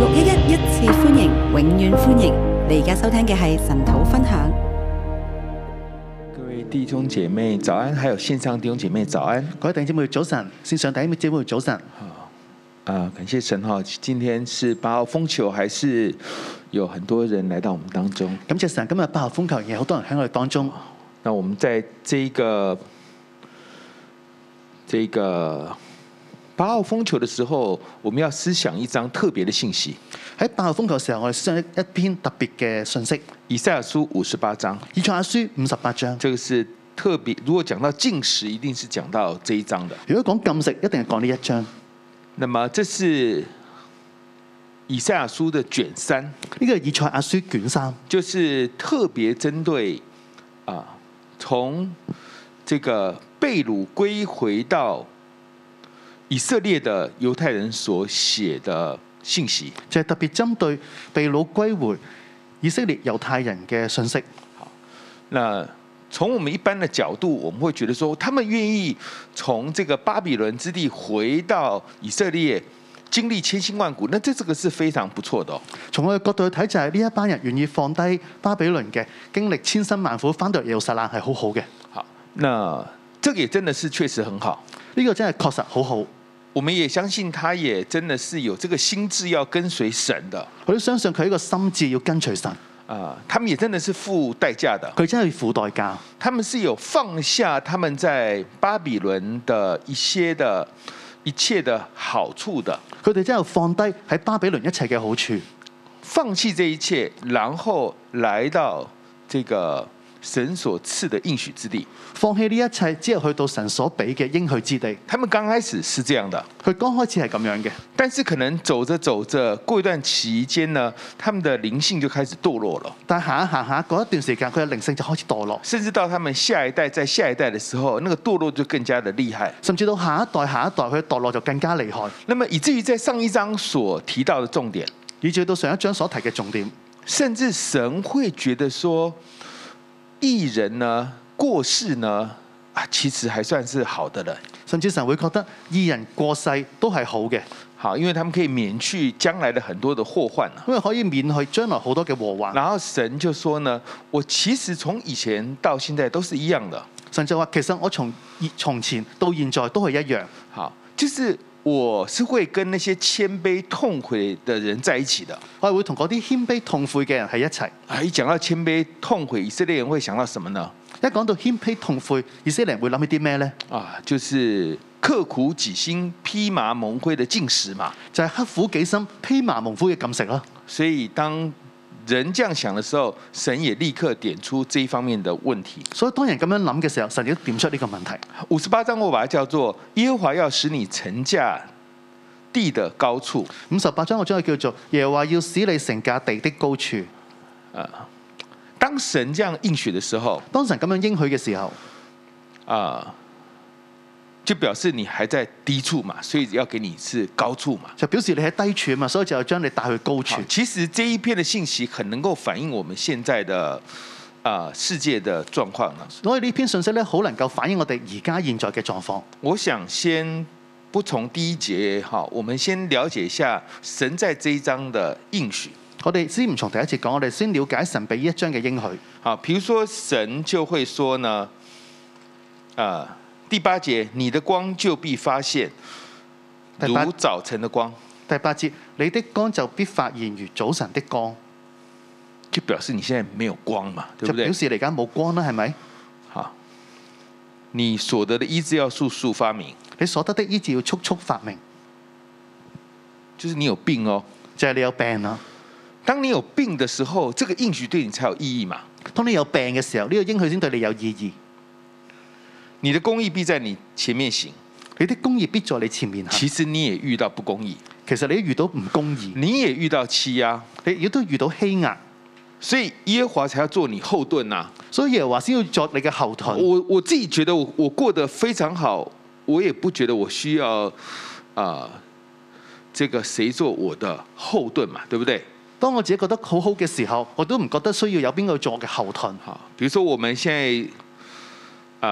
611一次歡迎，永遠歡迎！你而家收聽嘅係神土分享。 各位弟兄姐妹早安，還有線上弟兄姐妹早安。 各位弟兄姐妹早晨，線上弟兄姐妹早晨。 感謝神哈！今天是8號風球，還是有很多人來到我們當中。 感謝神，今日8號風球，有好多人喺我哋當中。 那我們在這個8號風球的時候，我們要思想一張特別的信息。 喺8號風球嘅時候，我哋思想一篇特別嘅信息。 以賽亞書58章。 以賽亞書58章。 這個是特別，如果講到禁食，一定是講到這一章的。 如果講禁食，一定係講呢一章。 那麼這是以賽亞書的卷3。 呢個係以賽亞書卷3， 就是特別針對從這個被擄歸回到以色列的猶太人所寫的信息， 就係特別針對被擄歸回以色列猶太人嘅信息。 好，那從我們一般的角度，我們會覺得說，他們願意從這個巴比倫之地回到以色列，經歷千辛萬苦，那這個是非常不錯的哦。 從我嘅角度去睇，就係呢一班人願意放低巴比倫嘅，經歷千辛萬苦，翻到耶路撒冷係好好嘅。 好，那這個也真的是確實很好。 呢個真係確實好好。 我們也相信，他也真的是有這個心志要跟隨神的。 我都相信佢呢個心志要跟隨神。 他們也真的是付代價的。 佢真係付代價。 他們是有放下他們在巴比倫的一切的好處的。 佢哋真係放低喺巴比倫一切嘅好處， 放棄這一切，然後來到這個神所賜的應許之地。 放棄呢一切之後，去到神所俾嘅應許之地。 他們剛開始是這樣的， 佢剛開始係咁樣嘅， 但是可能走着走着，過一段期間呢，他們的靈性就開始墮落了。 但係行下嗰一段時間，佢嘅靈性就開始墮落， 甚至到他們下一代在下一代的時候，那個墮落就更加的厲害。 甚至到下一代，佢墮落就更加厲害。 那麼以至於在上一章所提到的重點， 以至到上一章所提嘅重點， 甚至神會覺得說，義人呢過世呢，其實還算是好的了。 甚至神會覺得義人過世都係好嘅， 好，因為他們可以免去將來的很多的禍患， 因為可以免去將來好多嘅禍患。 然後神就說呢，我其實從以前到現在都是一樣的。 神就話，其實我從前到現在都係一樣。 好，就是我是會跟那些謙卑痛悔的人在一起的。 我係會同嗰啲謙卑痛悔嘅人喺一齊。 一講到謙卑痛悔，以色列人會想到什麼呢？ 一講到謙卑痛悔，以色列人會諗起啲咩呢？ 就是刻苦己心、披麻蒙灰的禁食嘛。 就係刻苦己心、披麻蒙灰嘅禁食啦。 所以當人這樣想的時候，神也立刻點出這一方面的問題。 所以當人咁樣諗嘅時候，神亦都點出呢個問題。 58章我把它叫做耶和華要使你乘駕地的高處。 58章我將佢叫做耶和華要使你乘駕地的高處。 當神這樣應許的時候， 當神咁樣應許嘅時候， 就表示你還在低處嘛，所以要給你是高處嘛， 就表示你喺低處嘛，所以就要將你帶去高處。 其實這一篇的信息很能夠反映我們現在的世界的狀況呢。 所以呢篇信息咧，好能夠反映我哋而家現在嘅狀況。 我想先不從第一節我們先了解一下神在這一章的應許。 我哋先唔從第一節講，我哋先了解神俾呢一章嘅應許。 好，譬如說神就會說呢，第8節，你的光就必發現，如早晨的光。 第8節，你的光就必發現如早晨的光， 就表示你現在沒有光嘛，對不對？ 就表示你而家冇光啦，係咪？ 好，你所得的醫治要速速發明， 你所得的醫治要速速發明， 就是你有病哦， 就係你有病啦。 當你有病的時候，這個應許對你才有意義嘛。 當你有病嘅時候，呢個應許先對你有意義。 你的公義必在你前面行， 你的公義必在你前面行。 其實你也遇到不公義， 其實你都遇到唔公義， 你也遇到欺壓， 你亦都遇到欺壓， 所以耶和華才要做你後盾啊。 所以耶和華先要作你嘅後盾。 我自己覺得我過得非常好，我也不覺得我需要這個誰做我的後盾嘛，對不對？ 當我自己覺得好好嘅時候，我都唔覺得需要有邊個做我嘅後盾。 好，比如說我們現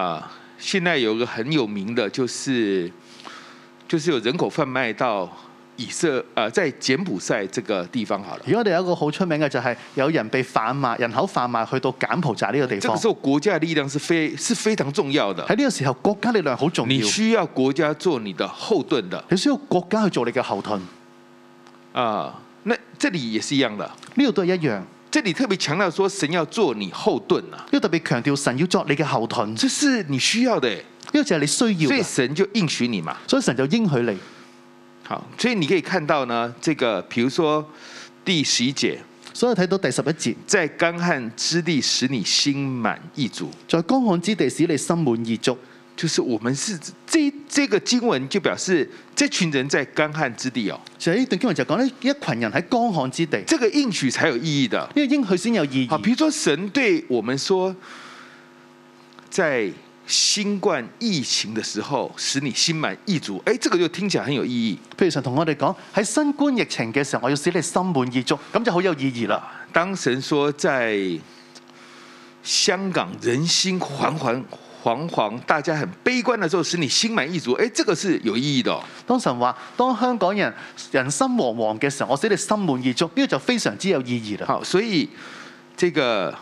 在有一個很有名的，就是有人口販賣到在柬埔寨這個地方好了。 而我哋有一個好出名嘅就係有人被販賣、人口販賣去到柬埔寨呢個地方。 這個時候國家力量是非常重要的。 喺呢個時候，國家力量好重要。 你需要國家做你的後盾的。 你需要國家去做你嘅後盾。 那這裡也是一樣的。 呢度都係一樣。 這裡特別強調說神要做你後盾啊。 呢度特別強調神要作你嘅後盾。 這是你需要的。 呢個就係你需要。 所以神就應許你嘛。 所以神就應許你。 好，所以你可以看到呢，這個，譬如說第11節， 所以睇到第11節， 在乾旱之地使你心滿意足， 在乾旱之地使你心滿意足， 就是我們是這個經文就表示這群人在乾旱之地哦。 所以呢段經文就講呢一群人喺乾旱之地， 這個應許才有意義的。 呢個應許先有意義。 好，譬如說神對我們說，在新冠疫情的時候，使你心滿意足，這個就聽起來很有意義。 譬如神同我哋講，喺新冠疫情嘅時候，我要使你心滿意足，咁就好有意義啦。 當神說在香港人心惶惶，大家很悲觀的時候，使你心滿意足，這個是有意義的。 當神話，當香港人人心惶惶嘅時候，我使你心滿意足，呢個就非常之有意義啦。 好，所以這個。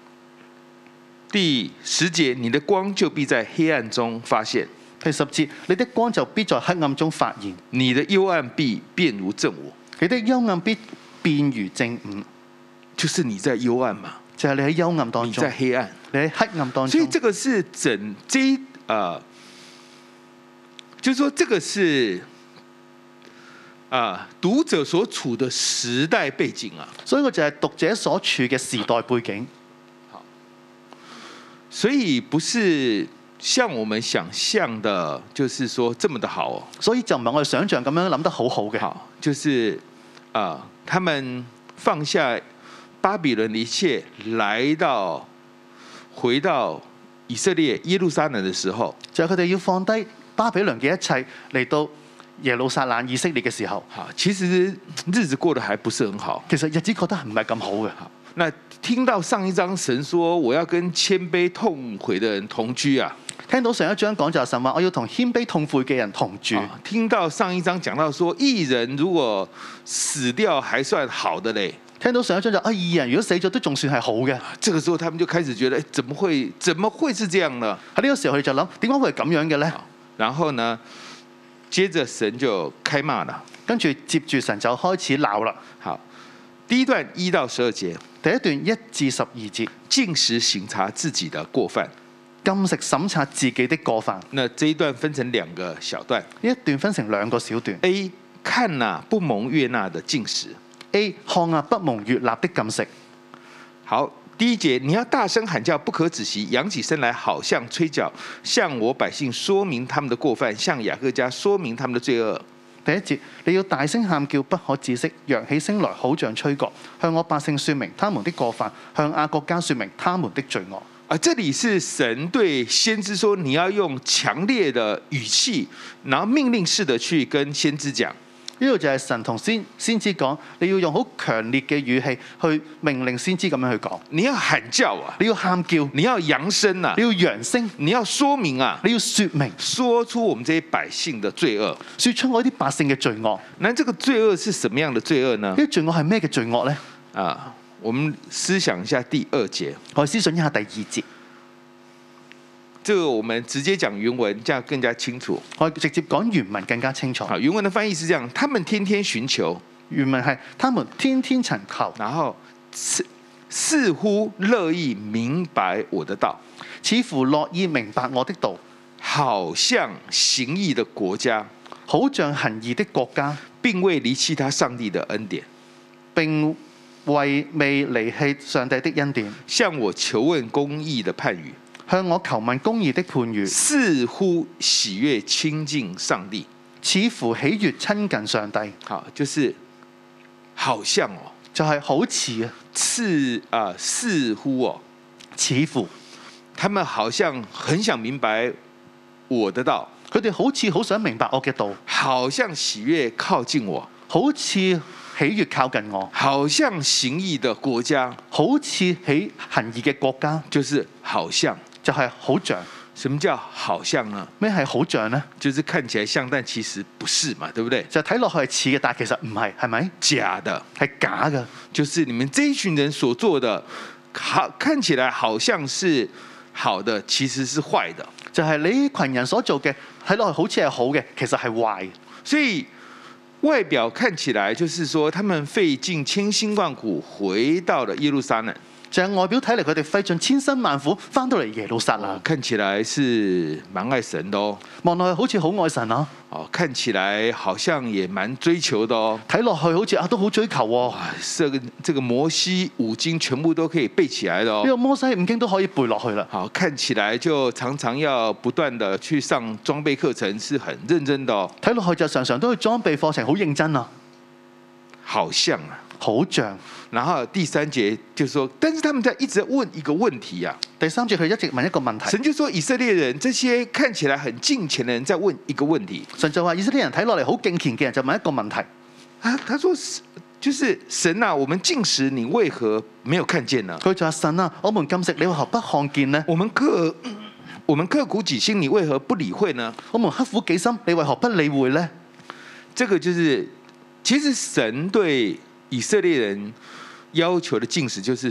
第10節，你的光就必在黑暗中發現。 第10節，你的光就必在黑暗中發現。 你的幽暗必變如正午。 你的幽暗必變如正午， 就是你在幽暗嘛， 就係你喺幽暗當中， 你在黑暗， 你喺黑暗當中。 所以這個是就是說這個是讀者所處的時代背景啊。 所以我就係讀者所處嘅時代背景。 所以不是像我們想象的，就是說這麼的好哦。 所以就唔係我哋想象咁樣諗得好好嘅。 好，就是他們放下巴比倫的一切，回到以色列耶路撒冷的時候， 就係佢哋要放低巴比倫嘅一切嚟到耶路撒冷以色列嘅時候。 好，其實日子過得還不是很好。 其實日子覺得唔係咁好嘅。 那聽到上一章神說我要跟謙卑痛悔的人同居啊， 聽到上一章講就神話我要同謙卑痛悔嘅人同住。 聽到上一章講到說義人如果死掉還算好的嘞， 聽到上一章就義人如果死咗都仲算係好嘅。 這個時候他們就開始覺得，怎麼會是這樣呢？ 喺呢個時候佢哋就諗，點解會係咁樣嘅呢？ 然後呢，接着神就開罵了， 跟住接住神就開始鬧啦。 好，第一段1到12節。 第一段1至12節， 禁食省察自己的過犯， 禁食審察自己的過犯。 那這一段分成2個小段， 呢一段分成2個小段。 A 看哪不蒙悅納的禁食 ，A 看啊不蒙悅納的禁食。 好，第1節你要大聲喊叫，不可止息，揚起聲來，好像吹角，向我百姓說明他們的過犯，向雅各家說明他們的罪惡。 第一節，你要大聲喊叫，不可止息，揚起聲來，好像吹角，向我百姓說明他們的過犯，向亞國家說明他們的罪惡。 這裡是神對先知說，你要用強烈的語氣，然後命令式的去跟先知講。 呢度就係神同先知講，你要用好強烈嘅語氣去命令先知咁樣去講。 你要喊叫啊， 你要喊叫， 你要揚聲啊， 你要揚聲， 你要說明啊， 你要說明， 說出我們這些百姓的罪惡， 說出我啲百姓嘅罪惡。 那這個罪惡是什麼樣的罪惡呢？ 呢個罪惡係咩嘅罪惡呢？ 我們思想一下第2節。 我思想一下第2節。 這個我們直接講原文，這樣更加清楚。 我直接講原文更加清楚。 好，原文的翻譯是這樣：他們天天尋求。 原文係他們天天尋求， 然後似乎樂意明白我的道， 似乎樂意明白我的道， 好像行義的國家， 好像行義的國家， 並未離棄他上帝的恩典， 並未離棄上帝的恩典， 向我求問公義的判語， 向我求問公義的判語，似乎喜悅親近上帝， 似乎喜悅親近上帝。 好，就是好像哦， 就係好似啊， 似乎哦， 似乎， 他們好像很想明白我的道， 佢哋好似好想明白我嘅道， 好像喜悅靠近我， 好似喜悅靠近我， 好像行義的國家， 好似行義嘅國家， 就是好像。 就係好像什麼叫好像呢？ 咩係好像呢？ 就是看起來像，但其實不是嘛，對不對？ 就睇落去係似嘅，但其實唔係，係咪？ 假的， 係假嘅。 就是你們這一群人所做的，好看起來好像是好的，其實是壞的。 就係你群人所做嘅，睇落去好似係好嘅，其實係壞。 所以外表看起來就是說，他們費盡千辛萬苦回到了耶路撒冷。 就係外表睇嚟，佢哋費盡千辛萬苦翻到嚟耶路撒冷， 看起來是蠻愛神的哦。 望落去好似好愛神啊！ 哦，看起來好像也蠻追求的哦。 睇落去好似都好追求喎。 這個摩西五經全部都可以背起來的哦。 呢個摩西五經都可以背落去啦。 好，看起來就常常要不斷的去上裝備課程，是很認真的哦。 睇落去就常常都去裝備課程，好認真啊。 好像啊。 好像， 然後第三節就說，但是他們在一直問一個問題啊。 第三節佢一直問一個問題。 神就說以色列人這些看起來很敬虔的人在問一個問題。 神就話以色列人睇落嚟好敬虔嘅人就問一個問題。 啊，他說就是神啊，我們禁食你為何沒有看見呢？ 佢就話神啊，我們禁食你為何不看見呢？ 我們刻苦己心你為何不理會呢？ 我們刻苦己心你為何不理會呢？ 這個就是其實神對以色列人要求的禁食就是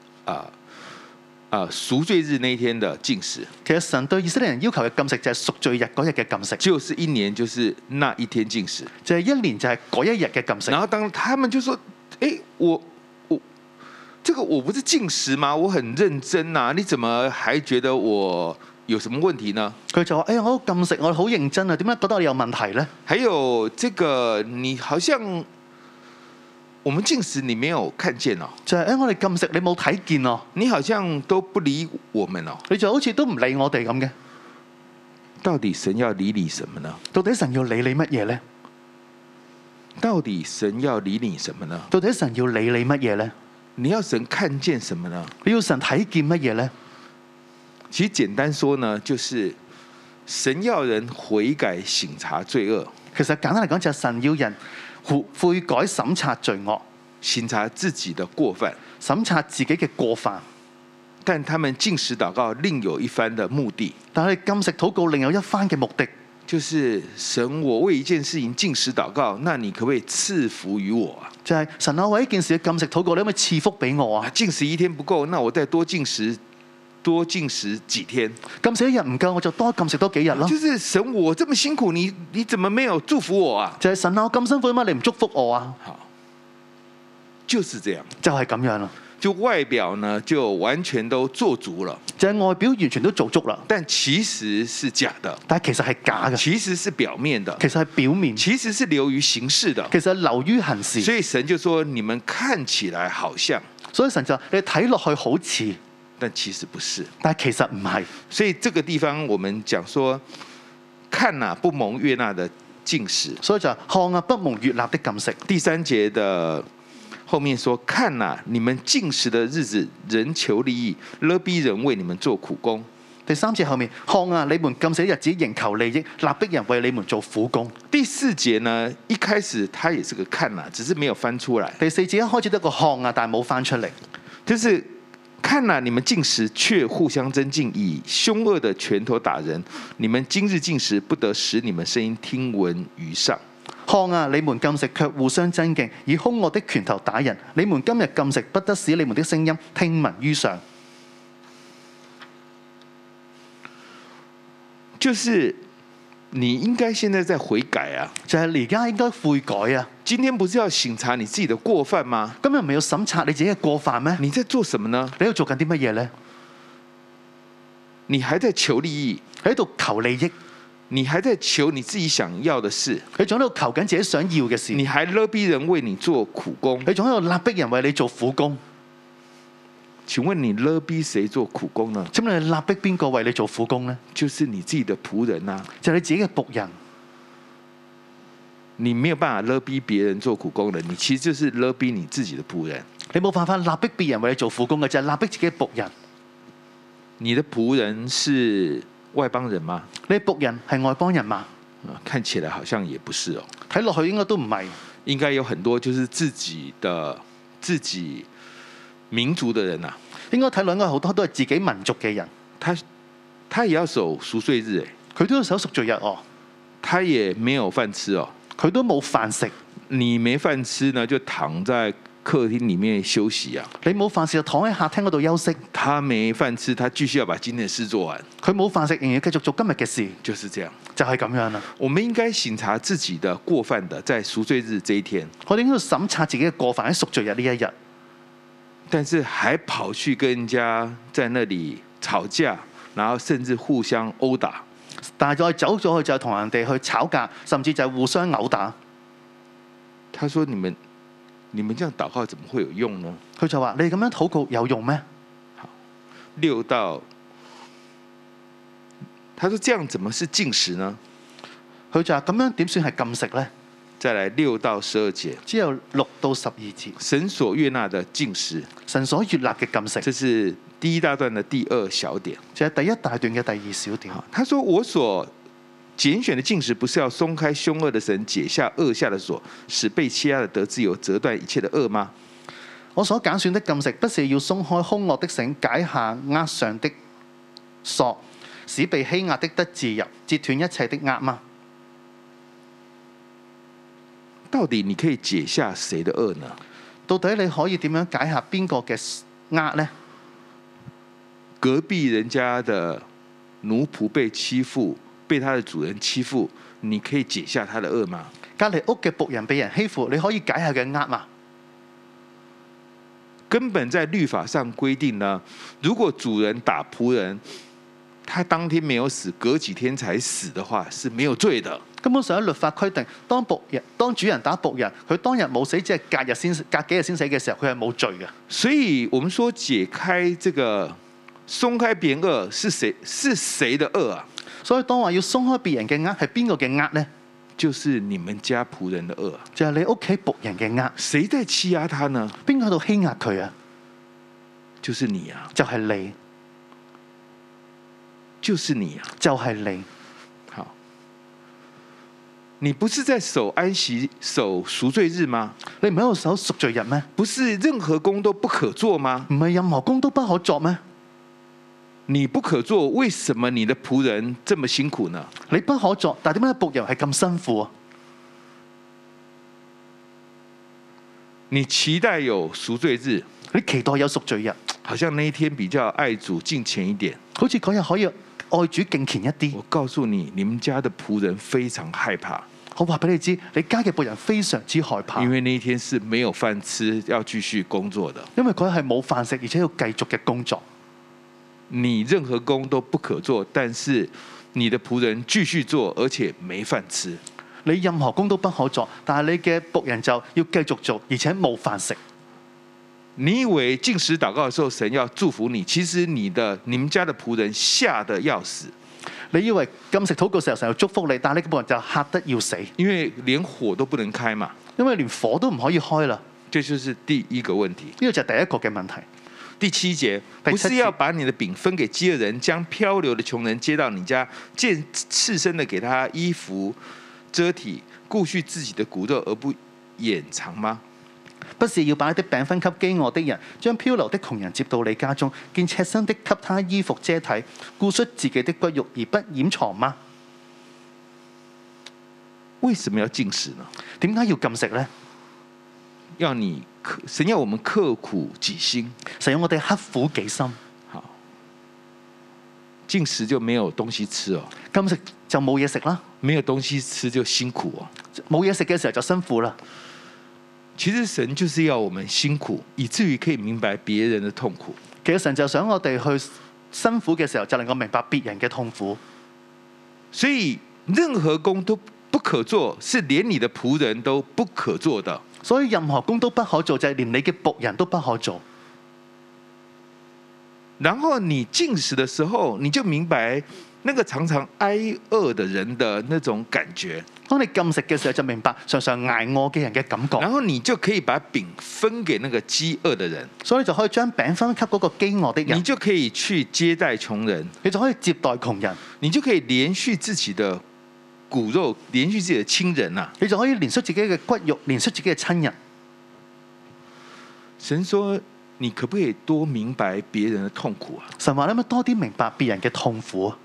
贖罪日那一天的禁食。 其實神對以色列人要求嘅禁食就係贖罪日嗰日嘅禁食， 就是一年就是那一天禁食， 就係一年就係嗰一日嘅禁食。 然後當他們就說：誒，我這個我不是禁食嗎？我很認真啊，你怎麼還覺得我有什麼問題呢？ 佢就話：誒，我禁食，我好認真啊，點解覺得我有問題呢？ 還有這個你好像。我們禁食你沒有看見哦， 就係我哋禁食你冇睇見哦， 你好像都不理我們哦， 你就好似都唔理我哋咁嘅。 到底神要理你什麼呢？ 到底神要理你乜嘢呢？ 到底神要理你什麼呢？ 到底神要理你乜嘢呢？ 你要神看見什麼呢？ 你要神睇見乜嘢呢？ 其實簡單說呢，就是神要人悔改省察罪惡。 其實簡單嚟講就係神要人悔改審察罪惡， 審察自己的過犯， 審察自己嘅過犯。 但他們禁食禱告另有一番的目的。 但係禁食禱告另有一番嘅目的， 就是神，我為一件事情禁食禱告，那你可不可以賜福於我啊？ 就係神啊，為一件事嘅禁食禱告，你可唔可以賜福俾我啊？ 禁食一天不夠，那我再多禁食幾天？ 禁食一日唔夠，我就多禁食多幾日咯。 就是神，我這麼辛苦，你怎麼沒有祝福我啊？ 就係神啊，我咁辛苦，點解你唔祝福我啊？ 好，就是這樣， 就係咁樣啦。 就外表呢，就完全都做足了， 就係外表完全都做足啦， 但其實是假的。 但係其實係假嘅， 其實是表面的， 其實係表面， 其實是流於形式的， 其實係流於行事。 所以神就說：你們看起來好像， 所以神就話你睇落去好似， 但其實不是， 但係其實唔係。 所以這個地方我們講說，看啊不蒙悅納的禁食， 所以就看啊不蒙悅納的禁食。 第三節的後面說：看啊，你們禁食的日子，人求利益，勒逼人為你們做苦工。 第三節後面，看啊，你們禁食的日子，仍求利益，勒逼人為你們做苦工。 第四節呢，一開始它也是個看啊，只是沒有翻出來。 第四節一開始得個看啊，但係冇翻出嚟， 就是看啊，你們禁食卻互相爭競，以兇惡的拳頭打人。你們今日禁食，不得使你們聲音聽聞於上。 看啊，你們禁食卻互相爭競，以兇惡的拳頭打人。你們今日禁食，不得使你們的聲音聽聞於上。 就是你應該現在在悔改啊！ 就係你而家應該悔改啊！ 今天不是要審查你自己的過犯嗎？ 今日唔係要審查你自己嘅過犯咩？ 你在做什麼呢？ 你喺度做緊啲乜嘢呢？ 你還在求利益， 喺度求利益， 你還在求你自己想要的事， 你仲喺度求緊自己想要嘅事， 你還勒逼人為你做苦工， 你仲喺度勒逼人為你做苦工。 請問你勒逼誰做苦工呢？ 請問你勒逼邊個為你做苦工呢？ 就是你自己的僕人啊！ 就係你自己嘅僕人。 你沒有辦法勒逼別人做苦工的，你其實就是勒逼你自己的僕人。 你冇辦法勒逼別人為你做苦工嘅，就係勒逼自己嘅僕人。 你的僕人是外邦人嗎？ 你僕人係外邦人嗎？ 看起來好像也不是哦。 睇落去應該都唔係。 應該有很多就是自己民族的人啊。 應該睇落應該好多都係自己民族嘅人。 他也要守赎罪日， 佢都要守贖罪日哦， 他也沒有飯吃哦。 佢都冇飯食。 你沒飯吃呢，就躺在客廳裡面休息啊。 你冇飯食就躺喺客廳嗰度休息。 他沒飯吃，他繼續要把今天的事做完。 佢冇飯食，仍然繼續做今日嘅事， 就是這樣， 就係咁樣啦。 我們應該省察自己的過犯的，在贖罪日這一天。 我哋應該要審查自己嘅過犯喺贖罪日呢一日， 但是還跑去跟人家在那裡吵架，然後甚至互相毆打。 但係再走咗去就係同人哋去吵架，甚至就係互相毆打。 他說：你們這樣禱告怎麼會有用呢？ 佢就話：你咁樣禱告有用咩 ？6到，他說：這樣怎麼是禁食呢？ 佢就話：咁樣點算係禁食呢？ 再來6到12節， 之後6到12節， 神所悅納的禁食， 神所悅納嘅禁食， 這是第一大段的第2小點， 就係第一大段嘅第2小點。 他說：我所揀選的禁食，不是要鬆開兇惡的繩，解下軛下的鎖，使被欺壓的得自由，折斷一切的軛嗎？ 我所揀選的禁食，不是要鬆開兇惡的繩，解下軛上的鎖，使被欺壓的得自由，截斷一切的軛嗎？ 到底你可以解下誰的軛呢？ 到底你可以點樣解下邊個嘅軛呢？ 隔壁人家的奴僕被欺負，被他的主人欺負，你可以解下他的軛嗎？ 隔離屋嘅僕人被人欺負，你可以解下佢嘅軛嗎？ 根本在律法上規定呢，如果主人打僕人，他當天沒有死，隔幾天才死的話，是沒有罪的。 根本上喺律法規定，當主人打僕人，佢當日冇死，只係隔幾日先死嘅時候，佢係冇罪嘅。 所以，我們說解開這個鬆開別人軛是誰的軛啊？ 所以當話要鬆開別人嘅軛，係邊個嘅軛呢？ 就是你們家僕人的軛， 就係你屋企僕人嘅軛。 誰在欺壓他呢？ 邊個喺度欺壓佢啊？ 就是你啊！ 就係你， 就是你啊！ 就係你。 好，你不是在守安息、守贖罪日嗎？ 你唔喺度守贖罪日咩？ 不是任何工都不可做嗎？ 唔係任何工都不可作咩？ 你不可做，為什麼你的僕人這麼辛苦呢？ 你不可作，但係點解僕人係咁辛苦啊？ 你期待有贖罪日， 你期待有贖罪日， 好像那一天比較愛主敬虔一點， 好似嗰日可以愛主敬虔一啲。 我告訴你，你們家的僕人非常害怕。 我話俾你知，你家嘅僕人非常之害怕， 因為那一天是沒有飯吃，要繼續工作的。 因為嗰日係冇飯食，而且要繼續嘅工作。 你任何工都不可做，但是你的僕人繼續做，而且沒飯吃。 你任何工都不可做，但係你嘅僕人就要繼續做，而且冇飯食。 你以為禁食禱告的時候，神要祝福你，其實你們家的僕人嚇得要死。 你以為禁食禱告時候神要祝福你，但係你嘅僕人就嚇得要死， 因為連火都不能開嘛。 因為連火都唔可以開啦。 這就是第一個問題。 呢個就係第一個嘅問題。 第7節，不是要把你的餅分給飢餓人，將漂流的窮人接到你家，見赤身的給他衣服遮體，顧恤自己的骨肉而不掩藏嗎？ 不是要把你的餅分給飢餓的人，將漂流的窮人接到你家中，見赤身的給他衣服遮體，顧恤自己的骨肉而不掩藏嗎？ 為什麼要禁食呢？ 點解要禁食呢？ 神要我們刻苦己心， 神要我哋刻苦己心。 好，禁食就沒有東西吃哦。 禁食就冇嘢食啦， 沒有東西吃就辛苦哦。 冇嘢食嘅時候就辛苦啦。 其實神就是要我們辛苦，以至於可以明白別人的痛苦。 其實神就想我哋去辛苦嘅時候，就能夠明白別人嘅痛苦。 所以任何工都不可做，是連你的僕人都不可做的。 所以任何工都不可做，就係連你嘅僕人都不可做。 然後你禁食的時候，你就明白那個常常挨餓的人的那種感覺。 當你禁食嘅時候，就明白常常挨餓嘅人嘅感覺。 然後你就可以把餅分給那個飢餓的人， 所以就可以將餅分給嗰個飢餓的人。 你就可以去接待窮人， 你就可以接待窮人， 你就可以連續自己的骨肉，連續自己的親人啊！ 你就可以連續自己嘅骨肉，連續自己嘅親人。 神說你可不可以多明白別人的痛苦啊？ 神話你咪多啲明白別人嘅痛苦啊！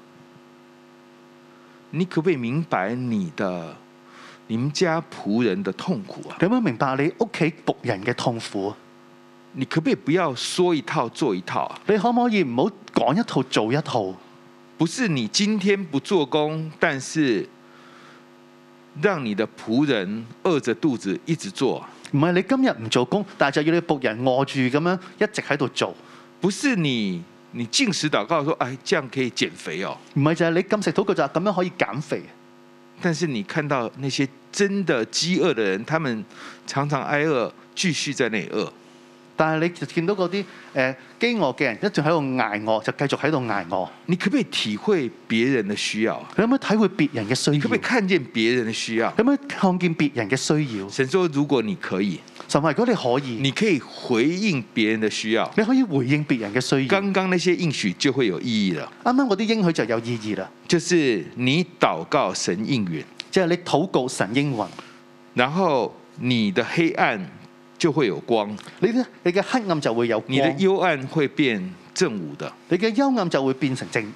你可不可以明白你們家僕人的痛苦啊？ 你可唔可以明白你屋企僕人嘅痛苦啊？ 你可不可以不要說一套做一套啊？ 你可唔可以唔好講一套做一套？ 不是你今天不做工，但是讓你的僕人餓着肚子一直做。 唔係你今日唔做工，但係就要你僕人餓住咁樣一直喺度做。 不是你禁食禱告說，哎，這樣可以減肥哦。 唔係就係你禁食禱告就係咁樣可以減肥。 但是你看到那些真的飢餓的人，他們常常挨餓，繼續在那裡餓。 但係你就見到嗰啲飢餓嘅人一直喺度捱餓，就繼續喺度捱餓。 你可不可以體會別人的需要？ 你可唔可以體會別人嘅需要？ 你可不可以看見別人的需要？ 你可唔可以看見別人嘅需要？ 神說：如果你可以， 神話如果你可以， 你可以回應別人的需要， 你可以回應別人嘅需要。 剛剛那些應許就會有意義了。 啱啱嗰啲應許就有意義啦。 就是你禱告神應允， 即係你禱告神應允， 然後你的黑暗就會有光， 你嘅黑暗就會有光， 你的幽暗會變正午的， 你嘅幽暗就會變成正午。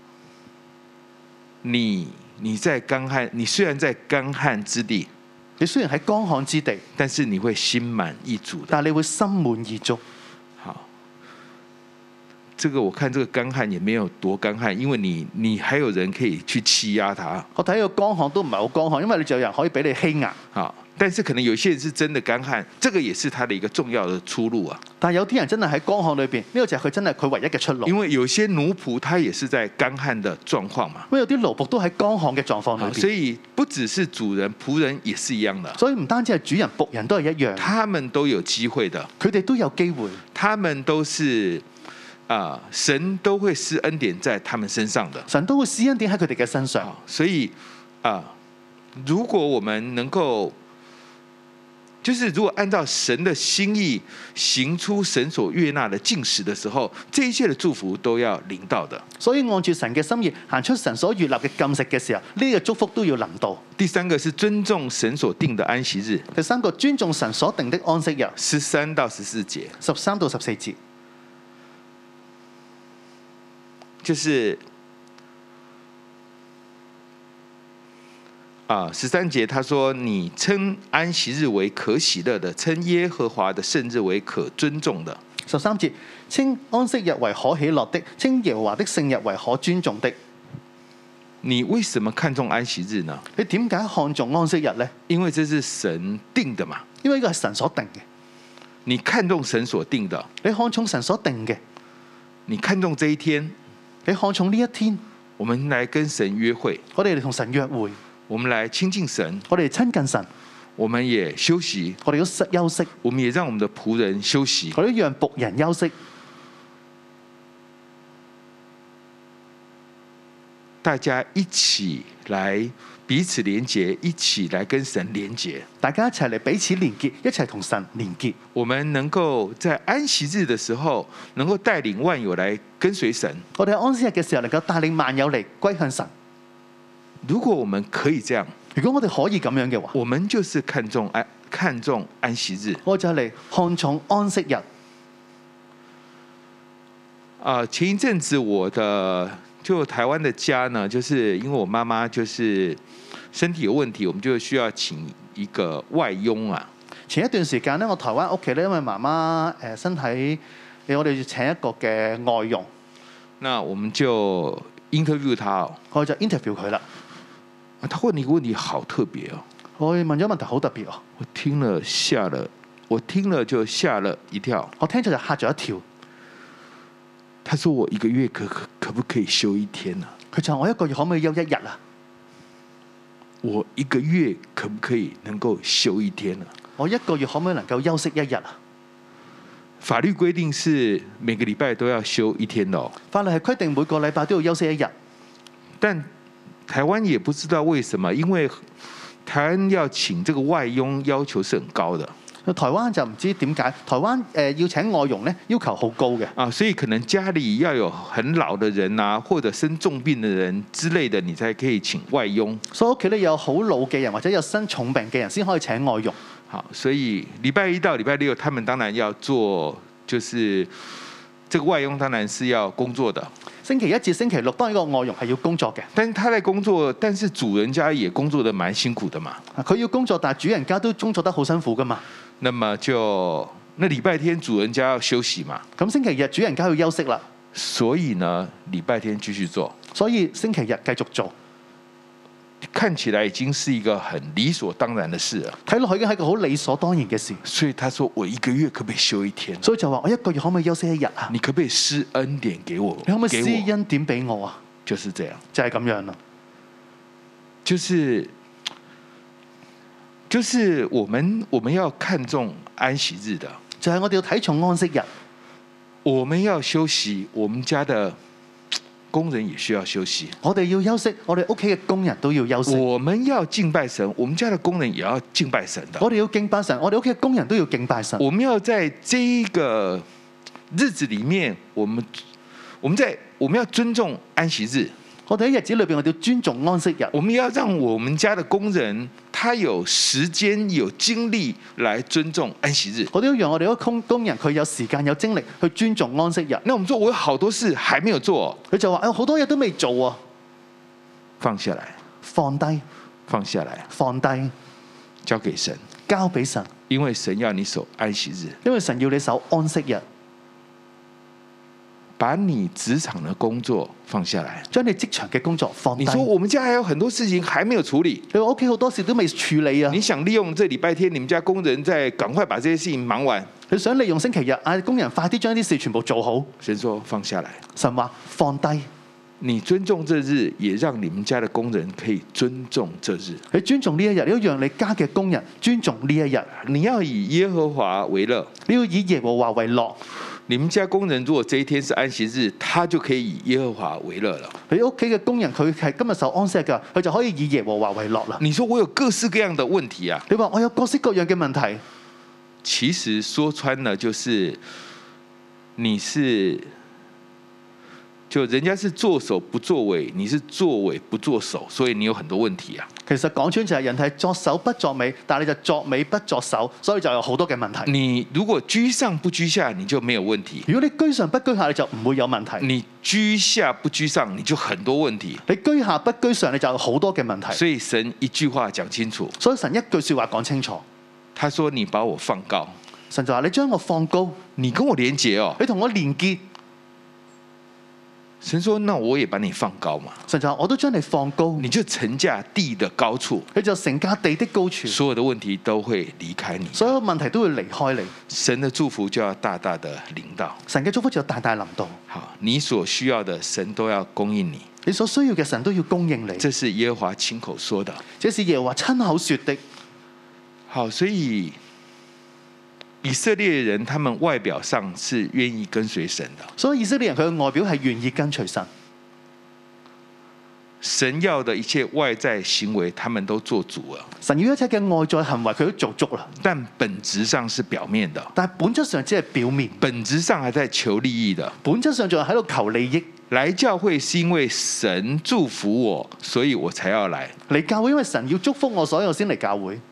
你在乾旱，你雖然在乾旱之地， 你雖然喺乾旱之地， 但是你會心滿意足的。 但係你會心滿意足。 好，這個我看這個乾旱也沒有多乾旱，因為你還有人可以去欺壓它。 我睇個乾旱都唔係好乾旱，因為你就有人可以俾你欺壓。 好，但是可能有些人是真的乾旱，這個也是他的一個重要的出路啊。 但係有啲人真係喺乾旱裏邊，呢個就係佢真係佢唯一嘅出路。 因為有些奴僕他也是在乾旱的狀況嘛。 因為有啲奴僕都喺乾旱嘅狀況裏邊， 所以不只是主人，僕人也是一樣的。 所以唔單止係主人，僕人都係一樣， 他們都有機會的， 佢哋都有機會， 他們都是神都會施恩典在他們身上的， 神都會施恩典喺佢哋嘅身上。 所以如果我們能夠，就是如果按照神的心意行出神所悅納的禁食的時候，這一切的祝福都要臨到的。 所以按住神嘅心意行出神所悅納嘅禁食嘅時候，呢個祝福都要臨到。 第三個是尊重神所定的安息日。 第三個尊重神所定的安息日 ，13到14節 ，13到14節， 就是13節，他說：你稱安息日為可喜樂的，稱耶和華的聖日為可尊重的。 13節，稱安息日為可喜樂的，稱耶和華的聖日為可尊重的。 你為什麼看重安息日呢？ 你點解看重安息日呢？ 因為這是神定的嘛。 因為呢個係神所定嘅。 你看重神所定的， 你看重神所定嘅， 你看重這一天， 你看重呢一天， 我們來跟神約會， 我哋嚟同神約會， 我們來親近神， 我哋親近神， 我們也休息， 我哋要休息， 我們也讓我們的僕人休息， 我哋讓僕人休息。 大家一起來彼此連結，一起來跟神連結。 大家一齊嚟彼此連結，一齊同神連結。 我們能夠在安息日的時候，能夠帶領萬有來跟隨神。 我哋喺安息日嘅時候，能夠帶領萬有嚟歸向神。 如果我們可以這樣， 如果我哋可以咁樣嘅話， 我們就是看重安息日。 我就嚟看重安息日。 前一陣子就台灣的家呢，就是因為我媽媽就是身體有問題，我們就需要請一個外傭啊。 前一段時間呢，我台灣屋企呢，因為媽媽身體，我哋要請一個嘅外傭。那我們就 interview 他， 我就 interview 佢啦。 他問你一個問題好特別哦。 我問咗問題好特別哦。 我聽了就嚇了一跳。 我聽咗就嚇咗一跳。 他說：我一個月可不可以休一天呢？ 佢就話我一個月可唔可以休一日啊？ 我一個月可不可以能夠休一天呢？ 我一個月可唔可以能夠休息一日啊？ 法律規定是每個禮拜都要休一天的哦。 法律係規定每個禮拜都要休息一日， 但台灣也不知道為什麼，因為台灣要請這個外傭要求是很高的。 台灣就唔知點解，台灣要請外傭呢，要求好高嘅。 所以可能家裡要有很老的人啊，或者生重病的人之類的，你才可以請外傭。 所以屋企咧有好老嘅人或者有生重病嘅人先可以請外傭。 好，所以禮拜一到禮拜六，他們當然要做就是这个外佣当然是要工作的， 星期一至星期六，當然個外傭係要工作嘅。 但是他在工作，但是主人家也工作得蠻辛苦的嘛。 佢要工作，但係主人家都工作得好辛苦噶嘛。 那麼那禮拜天主人家要休息嘛， 咁星期日主人家要休息啦， 所以呢禮拜天繼續做， 所以星期日繼續做。 看起來已經是一個很理所當然的事了。 睇落去已經係一個好理所當然嘅事。 所以他說：我1個月可不可以休1天？ 所以就話我1個月可唔可以休息1日啊？ 你可不可以施恩典給我？ 你可唔可以施恩典俾我啊？ 就是這樣， 就係咁樣啦。 就是我們要看重安息日的， 就係我哋要睇重安息日， 我們要休息，我們家的工人也需要休息。 我哋要休息，我哋屋企嘅工人都要休息。 我們要敬拜神，我們家的工人也要敬拜神的。 我哋要敬拜神，我哋屋企嘅工人都要敬拜神。 我們要在這個日子裡面，我們要尊重安息日。 我哋喺日子裏邊，我哋要尊重安息日。 我們要讓我們家的工人，他有時間有精力來尊重安息日。 我哋要讓我哋嗰工人佢有時間有精力去尊重安息日。 那我們說我有好多事還沒有做， 佢就話好多嘢都未做啊， 放下來， 放低， 放下來， 放低， 交給神， 交俾神， 因為神要你守安息日， 因為神要你守安息日。 把你職場的工作放下來， 將你職場嘅工作放低。 你說我們家還有很多事情還沒有處理， 你話屋企好多事都未處理啊。 你想利用這禮拜天，你們家工人再趕快把這些事情忙完。 你想利用星期日嗌工人快啲將啲事全部做好。 神說放下來， 神話放低。 你尊重這日，也讓你們家的工人可以尊重這日。 你尊重呢一日，你要讓你家嘅工人尊重呢一日。 你要以耶和華為樂， 你要以耶和華為樂。 你們家工人如果這一天是安息日，他就可以以耶和華為樂了。 你屋企嘅工人佢係今日受安息嘅，佢就可以以耶和華為樂啦。 你說我有各式各樣的問題啊？ 你話我有各式各樣嘅問題， 其實說穿了就是就人家是做首不做尾，你是做尾不做首，所以你有很多問題啊。 其實講穿就係人係作首不作尾，但係你就作尾不作首，所以就有好多嘅問題。 你如果居上不居下，你就沒有問題； 如果你居上不居下，你就唔會有問題。 你居下不居上，你就很多問題。 你居下不居上，你就有好多嘅問題。 所以神一句話講清楚， 所以神一句說話講清楚。 他說：你把我放高。 神就話：你將我放高， 你跟我連結哦， 你同我連結。 神說：那我也把你放高嘛。 神就話：我都將你放高， 你就乘駕地的高處， 你就乘駕地的高處， 所有的問題都會離開你， 所有問題都會離開你。 神的祝福就要大大的臨到， 神嘅祝福就大大臨到。 好，你所需要的神都要供應你， 你所需要嘅神都要供應你。 這是耶和華親口說的， 這是耶和華親口說的。 好，所以以色列人他們外表上是願意跟隨神的， 所以以色列人佢嘅外表係願意跟隨神， 神要的一切外在行為他們都做足了， 神要一切嘅外在行為佢都做足啦， 但本質上是表面的， 但係本質上只係表面， 本質上還在求利益的， 本質上仲係喺度求利益。 來教會是因為神祝福我，所以我才要來。 嚟教會因為神要祝福我，所以我先嚟教會。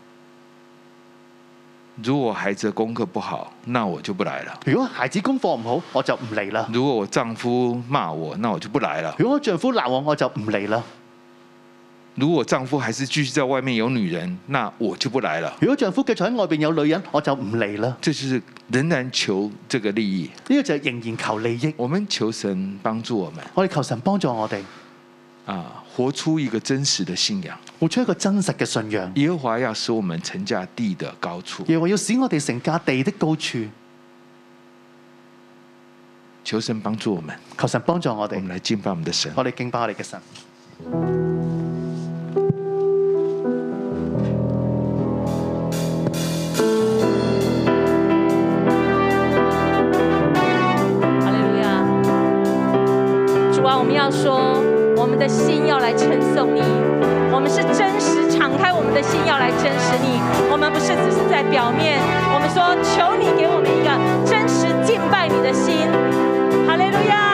如果孩子功課不好，那我就不來了。 如果孩子功課唔好，我就唔嚟啦。 如果我丈夫罵我，那我就不來了。 如果我丈夫鬧我，我就唔嚟啦。 如果我丈夫還是繼續在外面有女人，那我就不來了。 如果丈夫繼續喺外邊有女人，我就唔嚟啦。 這就是仍然求這個利益。 呢個就係仍然求利益。 我們求神幫助我們。 我哋求神幫助我哋活出一個真實的信仰， 活出一個真實嘅信仰。 耶和華要使我們乘駕地的高處， 耶和華要使我哋乘駕地的高處。 求神幫助我們， 求神幫助我哋。 我們來敬拜我們的神。 我哋敬拜我哋嘅神。 哈利路亞！主啊，我們要說，我們的心要來稱頌你，我們是真實敞開我們的心要來真實你，我們不是只是在表面，我們說求你給我們一個真實敬拜你的心，哈利路亞！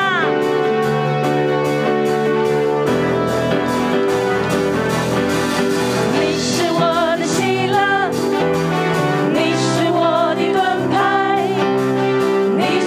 你是我的喜樂，你是我的盾牌，你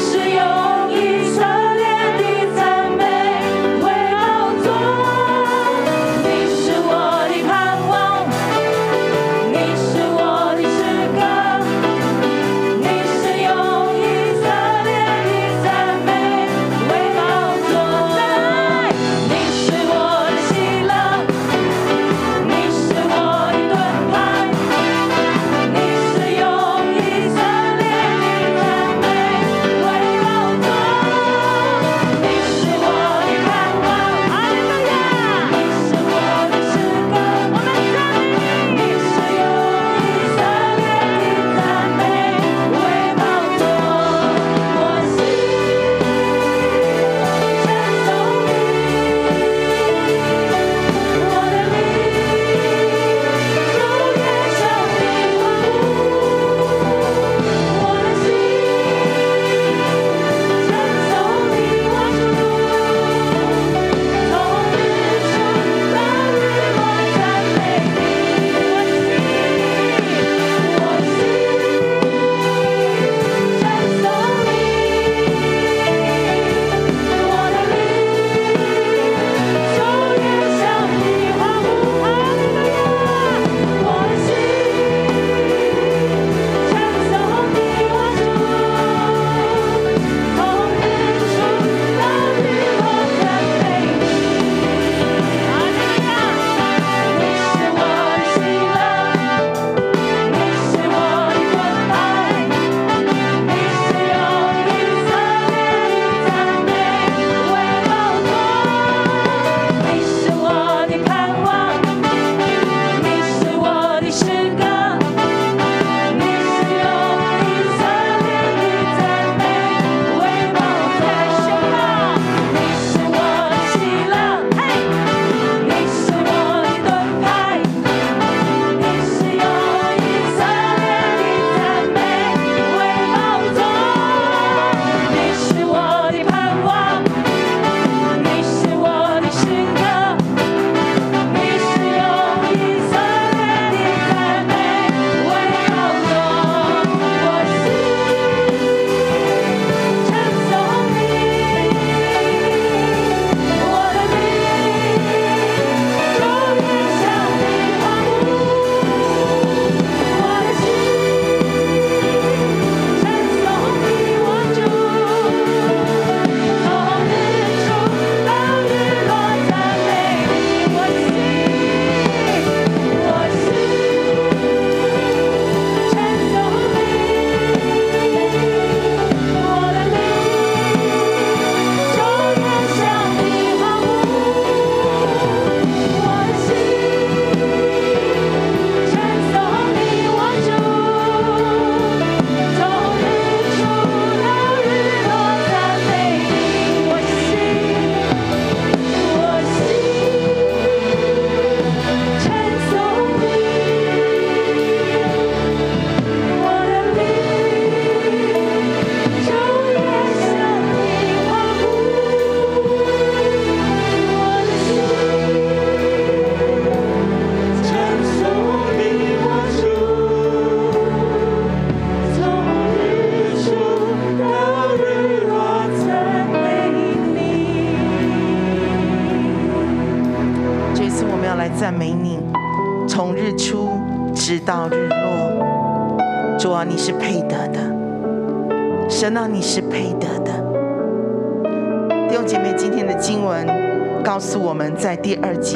赞美你，从日出直到日落。主啊，你是配得的，神啊，你是配得的。弟兄姐妹，今天的经文告诉我们，在第2节，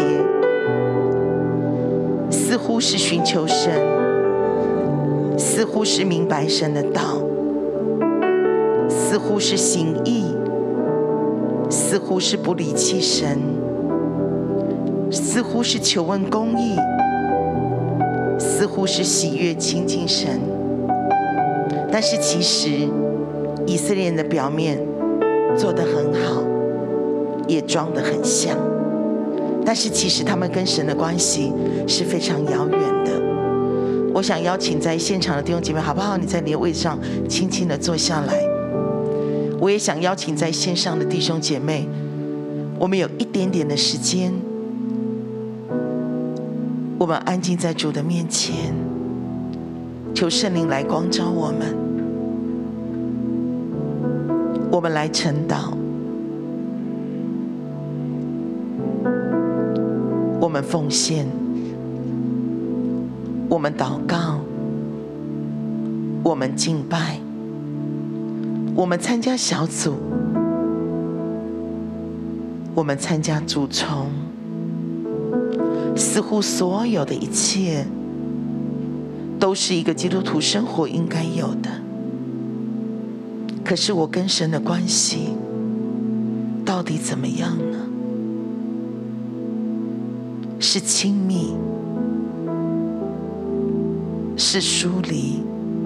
似乎是寻求神，似乎是明白神的道，似乎是行义，似乎是不离弃神，似乎是求问公义，似乎是喜悦亲近神。但是其实以色列人的表面做得很好，也装得很像，但是其实他们跟神的关系是非常遥远的。我想邀请在现场的弟兄姐妹，好不好？你在你的位置上轻轻地坐下来。我也想邀请在线上的弟兄姐妹，我们有一点点的时间，我们安静在主的面前，求圣灵来光照我们，我们来晨祷，我们奉献，我们祷告，我们敬拜，我们参加小组，我们参加主从，似乎所有的一切都是一个基督徒生活应该有的。可是我跟神的关系到底怎么样呢？是亲密，是疏离，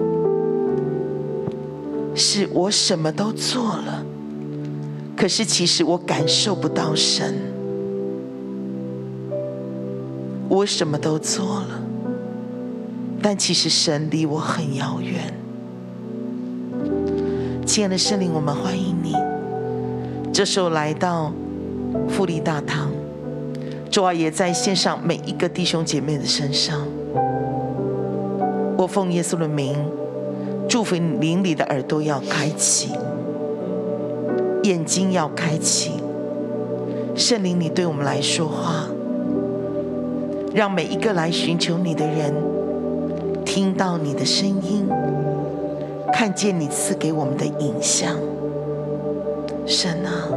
是我什么都做了，可是其实我感受不到神。我什么都做了，但其实神离我很遥远。亲爱的圣灵，我们欢迎你，这时候来到富丽大堂。主啊，也在线上每一个弟兄姐妹的身上，我奉耶稣的名祝福你，灵里的耳朵要开启，眼睛要开启。圣灵，你对我们来说话，让每一个来寻求你的人听到你的声音，看见你赐给我们的影像。神啊，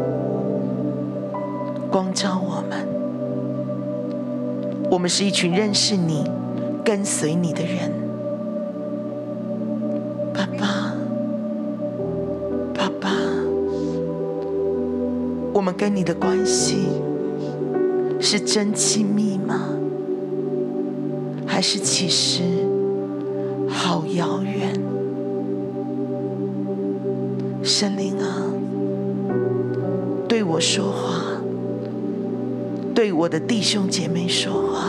光照我们，我们是一群认识你、跟随你的人。爸爸，爸爸，我们跟你的关系是真亲密吗？还是其实好遥远？圣灵啊，对我说话，对我的弟兄姐妹说话。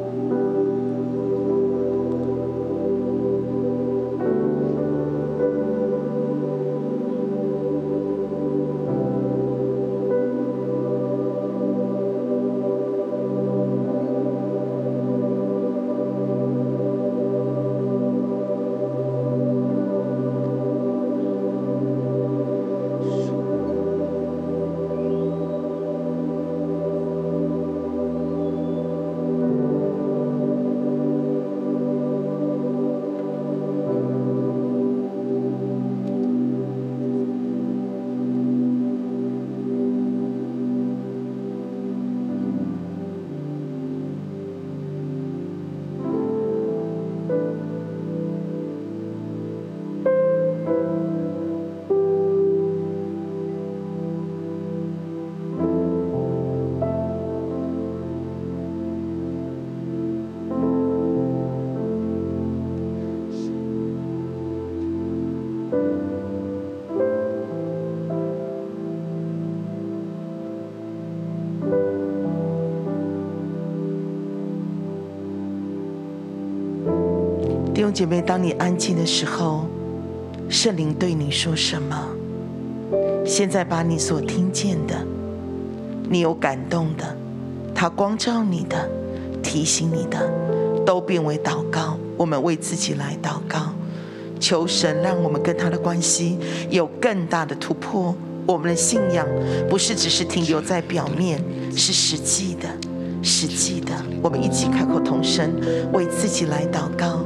弟兄姐妹，当你安静的时候，圣灵对你说什么？现在把你所听见的，你有感动的，他光照你的，提醒你的，都变为祷告。我们为自己来祷告，求神让我们跟他的关系有更大的突破。我们的信仰不是只是停留在表面，是实际的。 实际的。我们一起开口同声，为自己来祷告。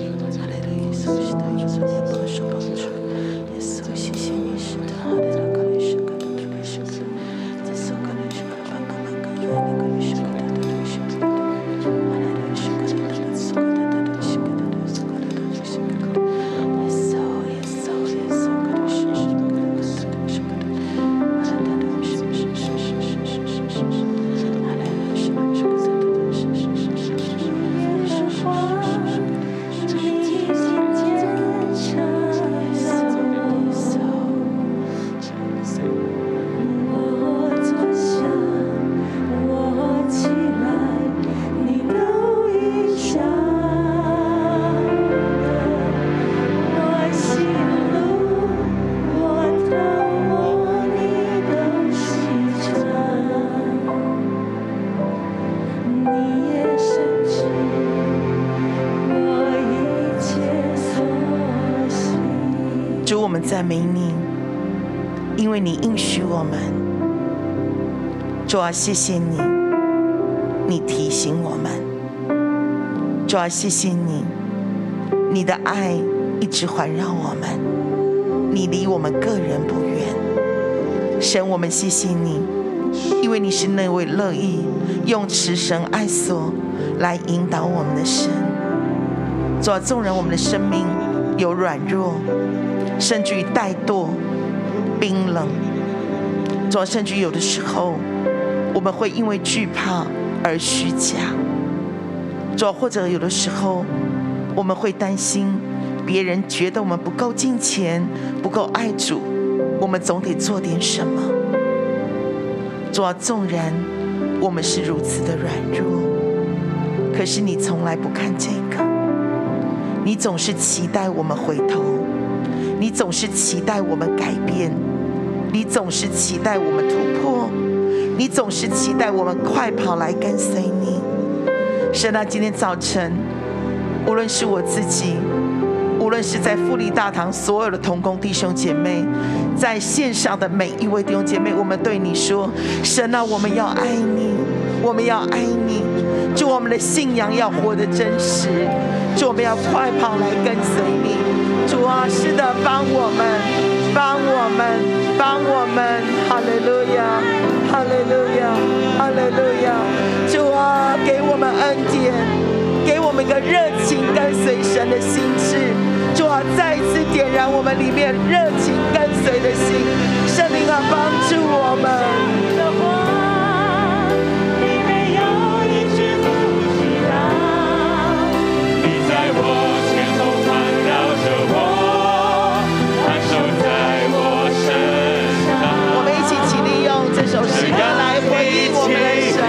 主，我们赞美你，因为你应许我们。主啊，谢谢你，你提醒我们。主啊，谢谢你，你的爱一直环绕我们，你离我们个人不远。神，我们谢谢你，因为你是那位乐意用慈神爱所来引导我们的神。主啊，纵然我们的生命有软弱，甚至于怠惰、冰冷，主啊，甚至于有的时候，我们会因为惧怕而虚假。主啊，或者有的时候，我们会担心别人觉得我们不够敬虔、不够爱主，我们总得做点什么。主啊，纵然我们是如此的软弱，可是你从来不看这个，你总是期待我们回头。你总是期待我们改变，你总是期待我们突破，你总是期待我们快跑来跟随你。神啊，今天早晨，无论是我自己，无论是在富丽大堂所有的同工弟兄姐妹，在线上的每一位弟兄姐妹，我们对你说：神啊，我们要爱你，我们要爱你。主，我们的信仰要活得真实，主，我们要快跑来跟随你。主啊，是的，帮我们，帮我们，帮我们，哈利路亚，哈利路亚，哈利路亚。主啊，给我们恩典，给我们一个热情跟随神的心志。主啊，再一次点燃我们里面热情跟随的心。圣灵啊，帮助我们。这首诗歌来回应我们的神，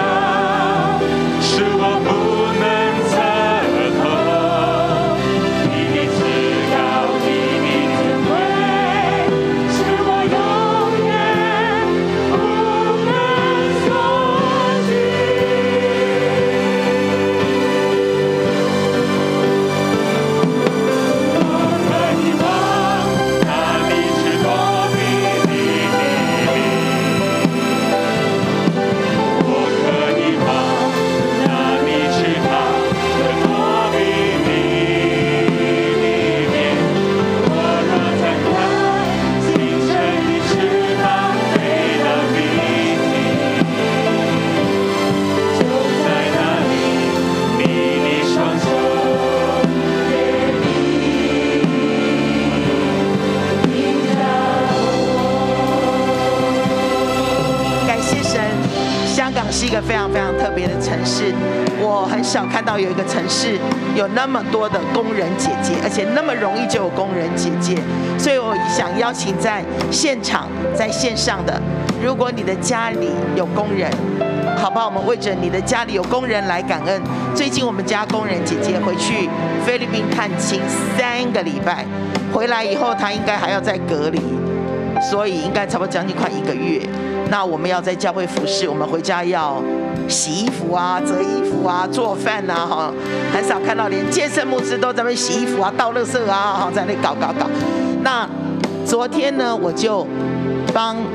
是我不能测透，比你至高，比你尊贵，是我永远不能所及。我可以往哪里去躲避你？ 是一个非常非常特别的城市，我很少看到有一个城市有那么多的工人姐姐，而且那么容易就有工人姐姐，所以我想邀请在现场、在线上的，如果你的家里有工人，好不好？我们为着你的家里有工人来感恩。最近我们家工人姐姐回去菲律宾探亲3个礼拜，回来以后她应该还要再隔离，所以应该差不多将近快1个月。那我们要在教会服侍，我们回家要洗衣服啊、折衣服啊、做饭啊，哈，很少看到连健身牧师都在那边洗衣服啊、倒垃圾啊，哈，在那搞。那昨天呢，我就帮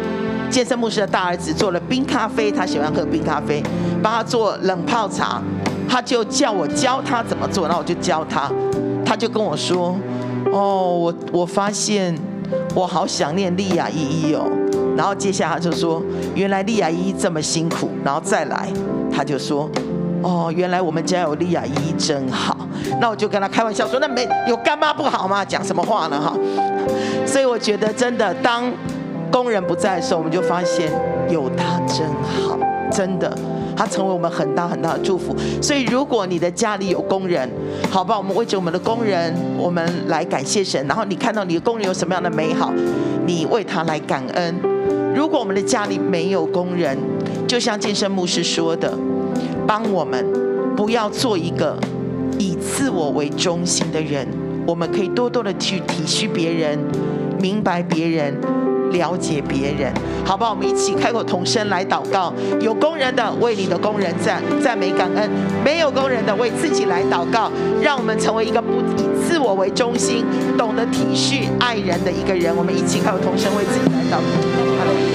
健身牧师的大儿子做了冰咖啡，他喜欢喝冰咖啡，帮他做冷泡茶，他就叫我教他怎么做，然后我就教他，他就跟我说：“哦，我发现我好想念丽雅依依哦。”然后接下来他就说：“原来丽雅依依这么辛苦。”然后再来，他就说：“哦，原来我们家有丽雅依依真好。”那我就跟他开玩笑说：“那没有干妈不好吗？讲什么话呢？哈！”所以我觉得真的，当工人不在的时候，我们就发现有他真好，真的，他成为我们很大很大的祝福。所以如果你的家里有工人，好吧，我们为着我们的工人，我们来感谢神。然后你看到你的工人有什么样的美好，你为他来感恩。如果我们的家里没有工人，就像健身牧师说的，帮我们不要做一个以自我为中心的人，我们可以多多的去体恤别人，明白别人，了解别人，好不好？我们一起开口同声来祷告。有工人的为你的工人赞美感恩，没有工人的为自己来祷告。让我们成为一个不以自我为中心，懂得体恤爱人的一个人。我们一起开口同声为自己来祷告。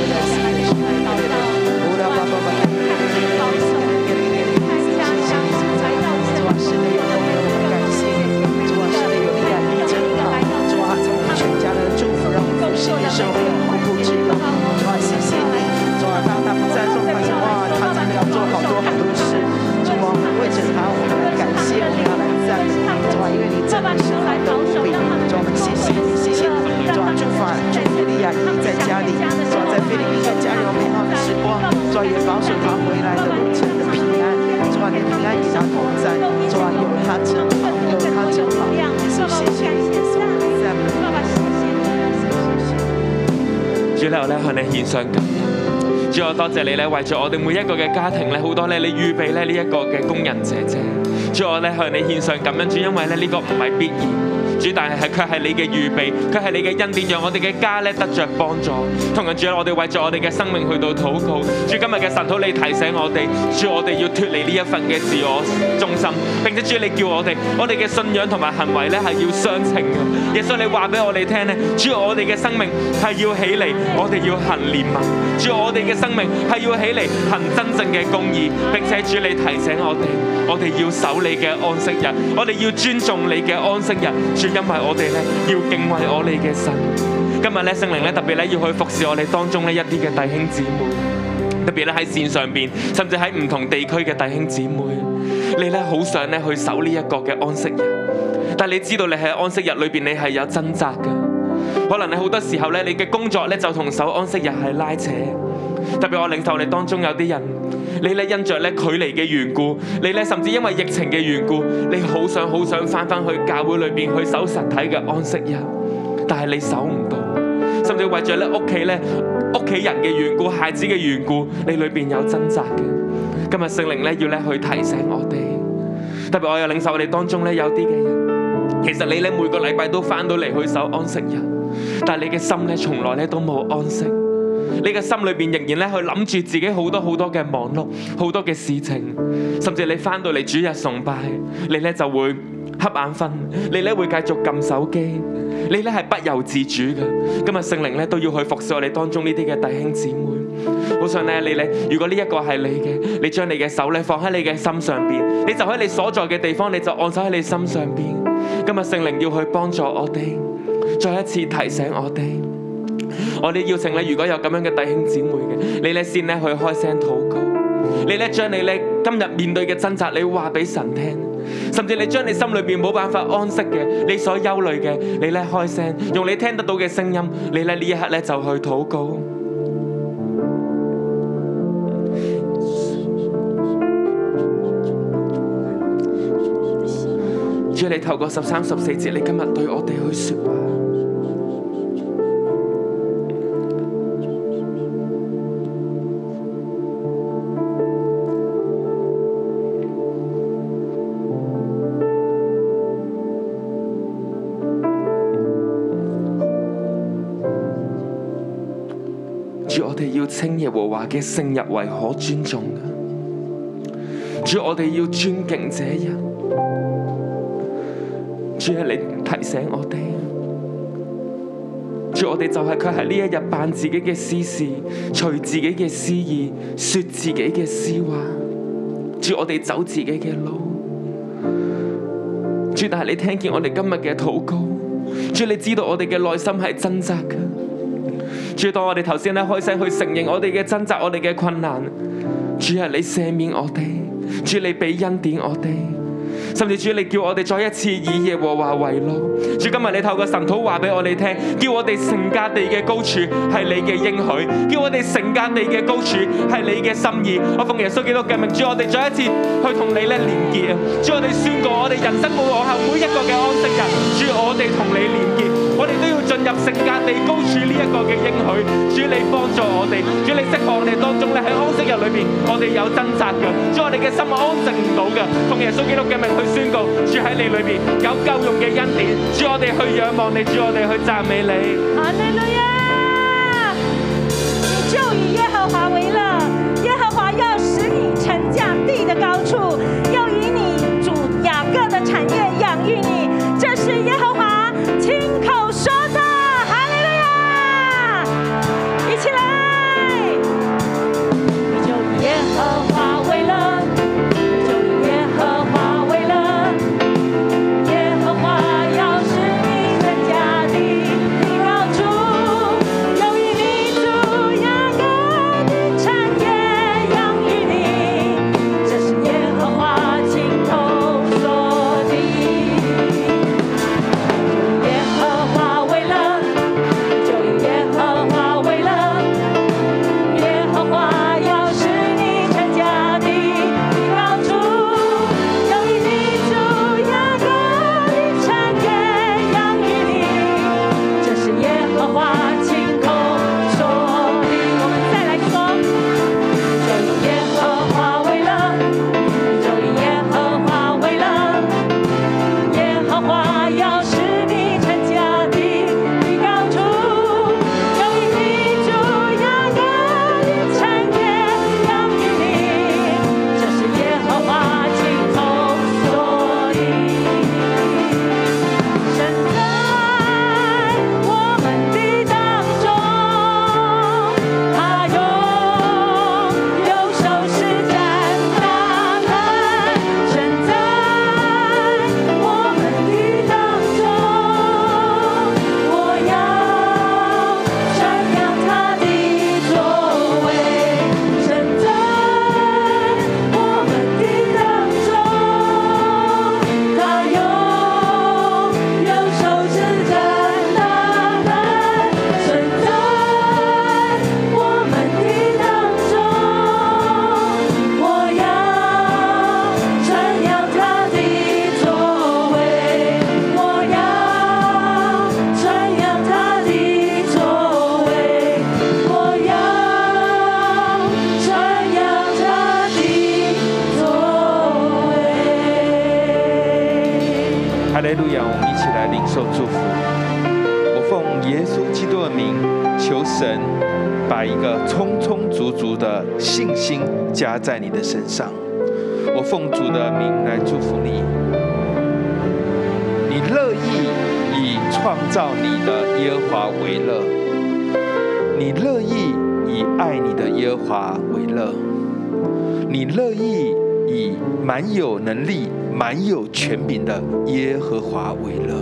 社会后顾之忧，主啊，谢谢你，主啊，当他不在的时候，发现哇，他真的要做好多好多事，主啊，我们为着他，我们来感谢，我们要来赞美，主啊，因为你真的是好的无比，主啊，我们谢谢你，谢谢你，主啊，祝福利亚依依在家里，主啊，在菲律宾跟家人有美好的时光，主啊，也保守他回来的路程的平安，主啊，你的平安与他同在，主啊，有他真好，有他真好，主谢谢你，赞美你。 主咧，我咧向你獻上感恩。主，我多謝你咧，為咗我哋每一個嘅家庭咧，好多咧你預備咧呢一個嘅工人姐姐。主，我咧向你獻上感恩。主，因為咧呢個唔係必然。主，但係卻係你嘅預備，卻係你嘅恩典，讓我哋嘅家咧得着幫助。同樣主，我哋為咗我哋嘅生命去到禱告。主，今日嘅神禱你提醒我哋，主，我哋要脫離呢一份嘅自我中心。並且主，你叫我哋嘅信仰同埋行為咧係要相稱嘅。耶穌，你話俾我哋聽咧，主，我哋嘅生命係要起嚟，我哋要行憐憫。主，我哋嘅生命係要起嚟行真正嘅公義。並且主，你提醒我哋要守你嘅安息日，我哋要尊重你嘅安息日。主，因為我哋咧要敬畏我哋嘅神。今日咧聖靈咧特別咧要去服侍我哋當中咧一啲嘅弟兄姊妹，特別咧喺線上邊，甚至喺唔同地區嘅弟兄姊妹，你咧好想咧去守呢一個嘅安息日，但係你知道你喺安息日裏邊你係有掙扎嘅，可能你好多時候咧你嘅工作咧就同守安息日係拉扯。特別我領受你當中有啲人，你咧因着咧距離嘅緣故，你咧甚至因為疫情嘅緣故，你好想翻去教會裏邊去守實體嘅安息日，但係你守唔到，甚至為着咧屋企人嘅緣故、孩子嘅緣故，你裏邊有掙扎嘅。今日聖靈咧要咧去提醒我哋，特別我有領受我哋當中咧有啲嘅人，其實你咧每個禮拜都翻到嚟去守安息日，但係你嘅心咧從來咧都冇安息。你嘅心裏邊仍然咧去諗住自己好多嘅忙碌，好多嘅事情，甚至你翻到嚟主日崇拜，你咧就會瞌眼瞓，你咧會繼續撳手機，你咧係不由自主嘅。今日聖靈咧都要去服侍我哋當中呢啲嘅弟兄姊妹。好想咧你咧，如果呢一個係你嘅，你將你嘅手咧放喺你嘅心上邊，你就喺你所在嘅地方，你就按手喺你心上邊。今日聖靈要去幫助我哋，再一次提醒我哋。我哋邀請你，如果有咁樣嘅弟兄姊妹嘅，你咧先咧去開聲禱告，你咧將你咧今日面對嘅掙扎，你話俾神聽，甚至你將你心裏邊冇辦法安息嘅，你所憂慮嘅，你咧開聲，用你聽得到嘅聲音，你咧呢一刻咧就去禱告。主，你透過13、14節，你今日對我哋去說話。主，我哋要稱耶和華嘅聖日為可尊重嘅。主，我哋要尊敬這日。主，你提醒我哋。主， 主，我哋就係佢喺呢一日辦自己嘅私事，隨自己嘅私意，說自己嘅私話。主，我哋走自己嘅路。主，但係你聽見我哋今日嘅禱告，主，你知道我哋嘅內心係掙扎嘅。主，當我哋頭先咧開聲去承認我哋嘅掙扎、我哋嘅困難，主係你赦免我哋，主你俾恩典我哋。甚至主你叫我哋再一次以耶和華為樂。主，今日你透過神禱話俾我哋聽，叫我哋成家地嘅高處係你嘅應許，叫我哋成家地嘅高處係你嘅心意。我奉耶穌基督嘅名，主，我哋再一次去同你咧連結啊！主，我哋宣告我哋人生冇往後每一個嘅安息日，主，我哋同你連結，我哋都要進入成家地高處呢一個嘅應許。主，你幫助我哋，主，你釋放我哋當中咧喺安息日裏邊，我哋有掙扎嘅，主，我哋嘅心安靜唔到嘅。奉耶穌基督嘅名去宣告，主喺你裏邊有夠用嘅恩典，主，我哋去仰望你，主，我哋去讚美你。 哈利路亞！你就以耶和華為樂，耶和華要使你乘駕地的高處，又以你主雅各的產業養育你，這是耶和華親口說的。哈利路亞！一起來！你就以耶和華為樂。 哈利路亞！我們一起來領受祝福。我奉耶穌基督的名，求神把一個充充足足的信心加在你的身上。我奉主的名來祝福你，你樂意以創造你的耶和華為樂，你樂意以愛你的耶和華為樂，你樂意以滿有能力、滿有權柄的耶和華為樂。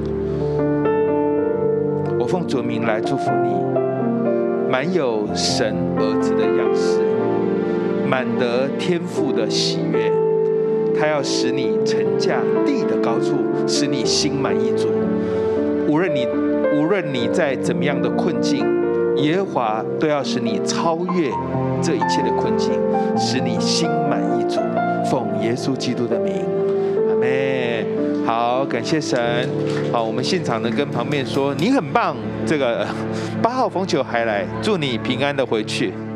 我奉主名來祝福你，滿有神兒子的樣式，滿得天父的喜悅。他要使你乘駕地的高處，使你心滿意足。無論你在怎麼樣的困境，耶和華都要使你超越這一切的困境，使你心滿意足。奉耶穌基督的名，阿們。好，感謝神。好，我們現場呢跟旁邊說你很棒，這個8號風球還來，祝你平安的回去。